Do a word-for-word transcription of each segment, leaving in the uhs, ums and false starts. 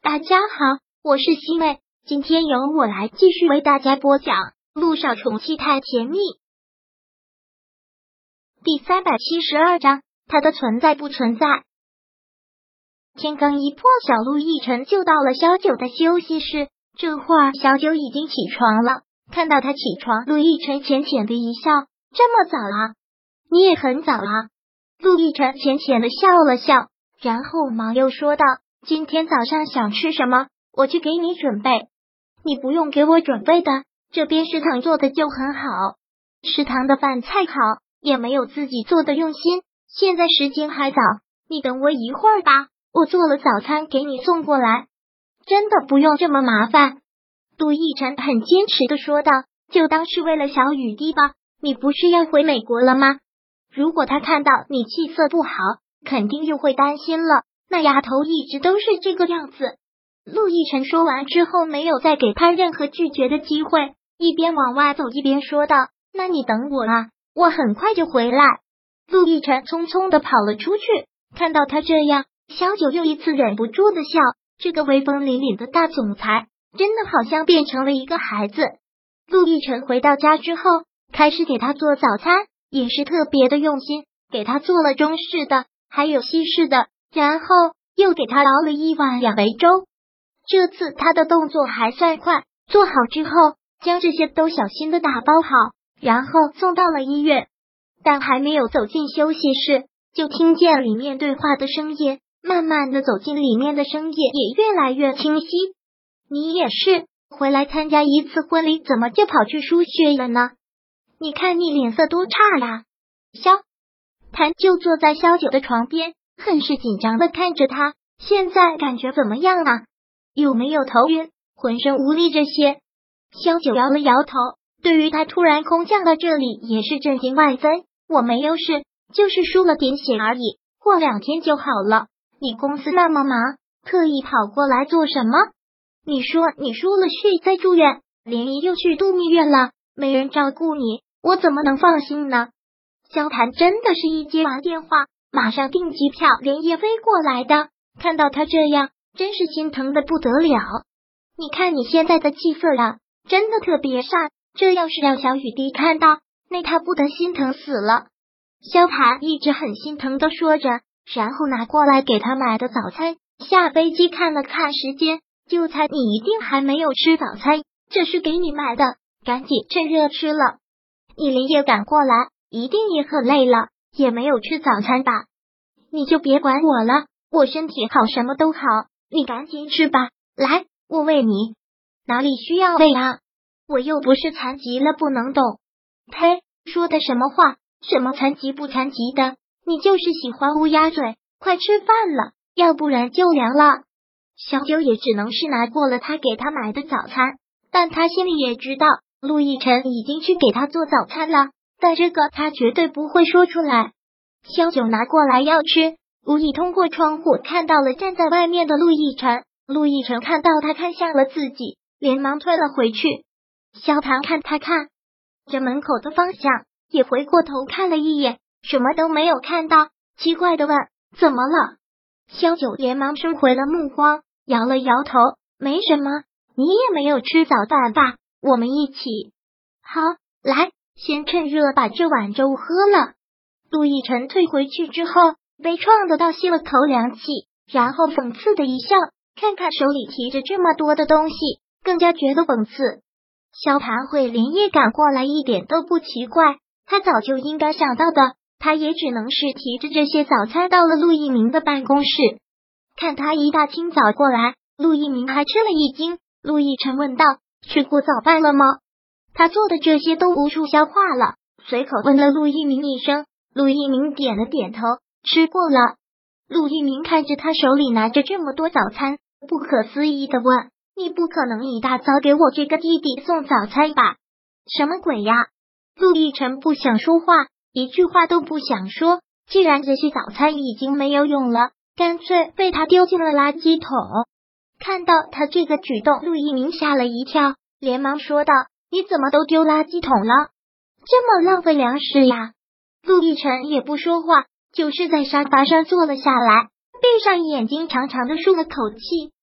大家好，我是西妹，今天由我来继续为大家播讲《陆少宠妻太甜蜜》第三百七十二章，他的存在不存在。天刚一破，小陆一晨就到了小九的休息室，这会儿小九已经起床了，看到他起床，陆一晨浅浅的一笑，这么早啊？你也很早啊。陆一晨浅浅的笑了笑，然后忙又说道，今天早上想吃什么，我去给你准备。你不用给我准备的，这边食堂做的就很好，食堂的饭菜好，也没有自己做的用心。现在时间还早，你等我一会儿吧，我做了早餐给你送过来。真的不用这么麻烦。陆亦辰很坚持的说道，就当是为了小雨滴吧，你不是要回美国了吗？如果他看到你气色不好，肯定又会担心了。那丫头一直都是这个样子。陆亦辰说完之后，没有再给他任何拒绝的机会，一边往外走一边说道，那你等我啊，我很快就回来。陆亦辰匆匆的跑了出去，看到他这样，小九又一次忍不住的笑，这个威风凛凛的大总裁真的好像变成了一个孩子。陆亦辰回到家之后，开始给他做早餐，也是特别的用心，给他做了中式的还有西式的，然后又给他熬了一碗两味粥。这次他的动作还算快，做好之后将这些都小心的打包好，然后送到了医院。但还没有走进休息室，就听见里面对话的声音，慢慢的走进里面的声音也越来越清晰。你也是回来参加一次婚礼，怎么就跑去输血了呢？你看你脸色多差呀。萧谭就坐在萧九的床边，很是紧张的看着他，现在感觉怎么样啊？有没有头晕、浑身无力这些？萧九摇了摇头，对于他突然空降到这里也是震惊万分。我没有事，就是输了点血而已，过两天就好了。你公司那么忙，特意跑过来做什么？你说你输了血再住院，连姨又去度蜜月了，没人照顾你，我怎么能放心呢？萧谭真的是一接完电话，马上订机票连夜飞过来的，看到他这样，真是心疼的不得了。你看你现在的气色啊，真的特别善，这要是让小雨滴看到，那他不得心疼死了。萧谭一直很心疼的说着，然后拿过来给他买的早餐，下飞机看了看时间，就猜你一定还没有吃早餐，这是给你买的，赶紧趁热吃了。你连夜赶过来，一定也很累了，也没有吃早餐吧？你就别管我了，我身体好什么都好，你赶紧吃吧。来，我喂你。哪里需要喂啊？我又不是残疾了不能动。呸，说的什么话？什么残疾不残疾的？你就是喜欢乌鸦嘴，快吃饭了，要不然就凉了。小九也只能是拿过了他给他买的早餐，但他心里也知道陆亦辰已经去给他做早餐了，但这个他绝对不会说出来。小九拿过来要吃，无意通过窗户看到了站在外面的陆亦辰，陆亦辰看到他看向了自己，连忙退了回去。萧谭看他看着门口的方向，也回过头看了一眼，什么都没有看到，奇怪的问，怎么了？萧九连忙收回了目光，摇了摇头，没什么，你也没有吃早饭吧？我们一起。好，来，先趁热把这碗粥喝了。陆亦辰退回去之后，悲怆的倒吸了口凉气，然后讽刺的一笑，看看手里提着这么多的东西，更加觉得讽刺。萧谭会连夜赶过来一点都不奇怪，他早就应该想到的，他也只能是提着这些早餐到了陆一鸣的办公室。看他一大清早过来，陆一鸣还吃了一惊。陆亦辰问道，吃过早饭了吗？他做的这些都无处消化了，随口问了陆一鸣一声，陆一鸣点了点头，吃过了。陆一鸣看着他手里拿着这么多早餐，不可思议的问，你不可能一大早给我这个弟弟送早餐吧？什么鬼呀？陆亦辰不想说话，一句话都不想说，既然这些早餐已经没有用了，干脆被他丢进了垃圾桶。看到他这个举动，陆一鸣吓了一跳，连忙说道，你怎么都丢垃圾桶了？这么浪费粮食呀？陆亦辰也不说话，就是在沙发上坐了下来，闭上眼睛长长的舒了口气。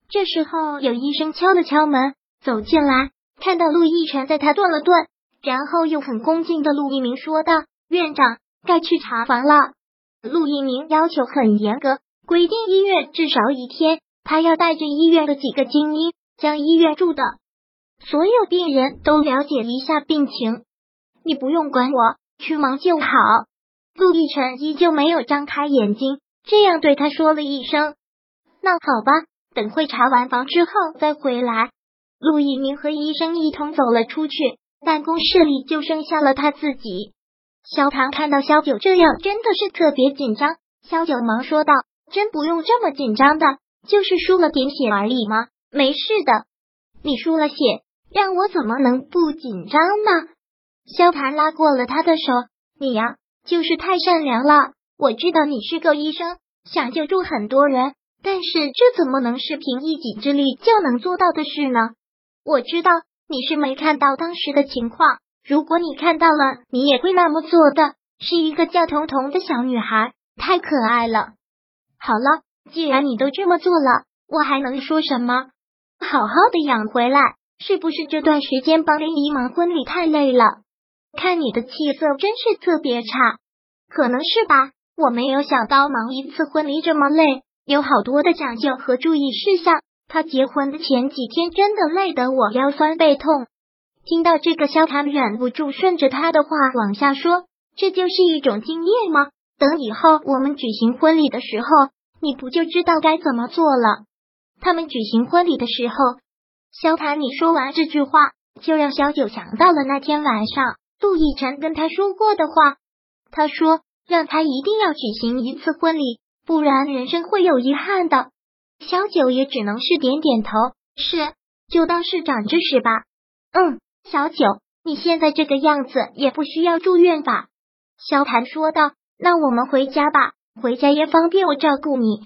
这时候有医生敲了敲门，走进来，看到陆亦辰，在他顿了顿，然后又很恭敬的陆一鸣说道：“院长，该去查房了。”陆一鸣要求很严格，规定医院至少一天，他要带着医院的几个精英，将医院住的所有病人都了解一下病情。你不用管我，去忙就好。陆亦辰依旧没有张开眼睛，这样对他说了一声：“那好吧，等会查完房之后再回来。”陆一鸣和医生一同走了出去，办公室里就剩下了他自己。萧唐看到萧九这样，真的是特别紧张。萧九忙说道：“真不用这么紧张的，就是输了点血而已嘛，没事的。”你输了血，让我怎么能不紧张呢？萧谭拉过了他的手：“你呀，就是太善良了。我知道你是个医生，想救助很多人，但是这怎么能是凭一己之力就能做到的事呢？我知道你是没看到当时的情况，如果你看到了，你也会那么做的。是一个叫彤彤的小女孩，太可爱了。好了，既然你都这么做了，我还能说什么？好好的养回来，是不是这段时间帮林姨忙婚礼太累了？看你的气色真是特别差。可能是吧，我没有想到忙一次婚礼这么累，有好多的讲究和注意事项。他结婚的前几天真的累得我腰酸背痛。”听到这个，萧谭忍不住顺着他的话往下说：“这就是一种经验吗？等以后我们举行婚礼的时候，你不就知道该怎么做了？”他们举行婚礼的时候，萧谭你说完这句话，就让萧九想到了那天晚上陆亦辰跟他说过的话。他说让他一定要举行一次婚礼，不然人生会有遗憾的。萧九也只能是点点头，是，就当是长知识吧。嗯，小九，你现在这个样子也不需要住院吧？萧谭说道。那我们回家吧，回家也方便我照顾你。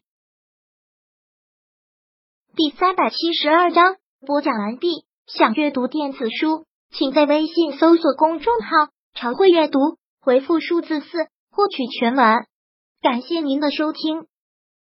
第三百七十二章播讲完毕。想阅读电子书，请在微信搜索公众号常会阅读，回复数字四获取全文。感谢您的收听。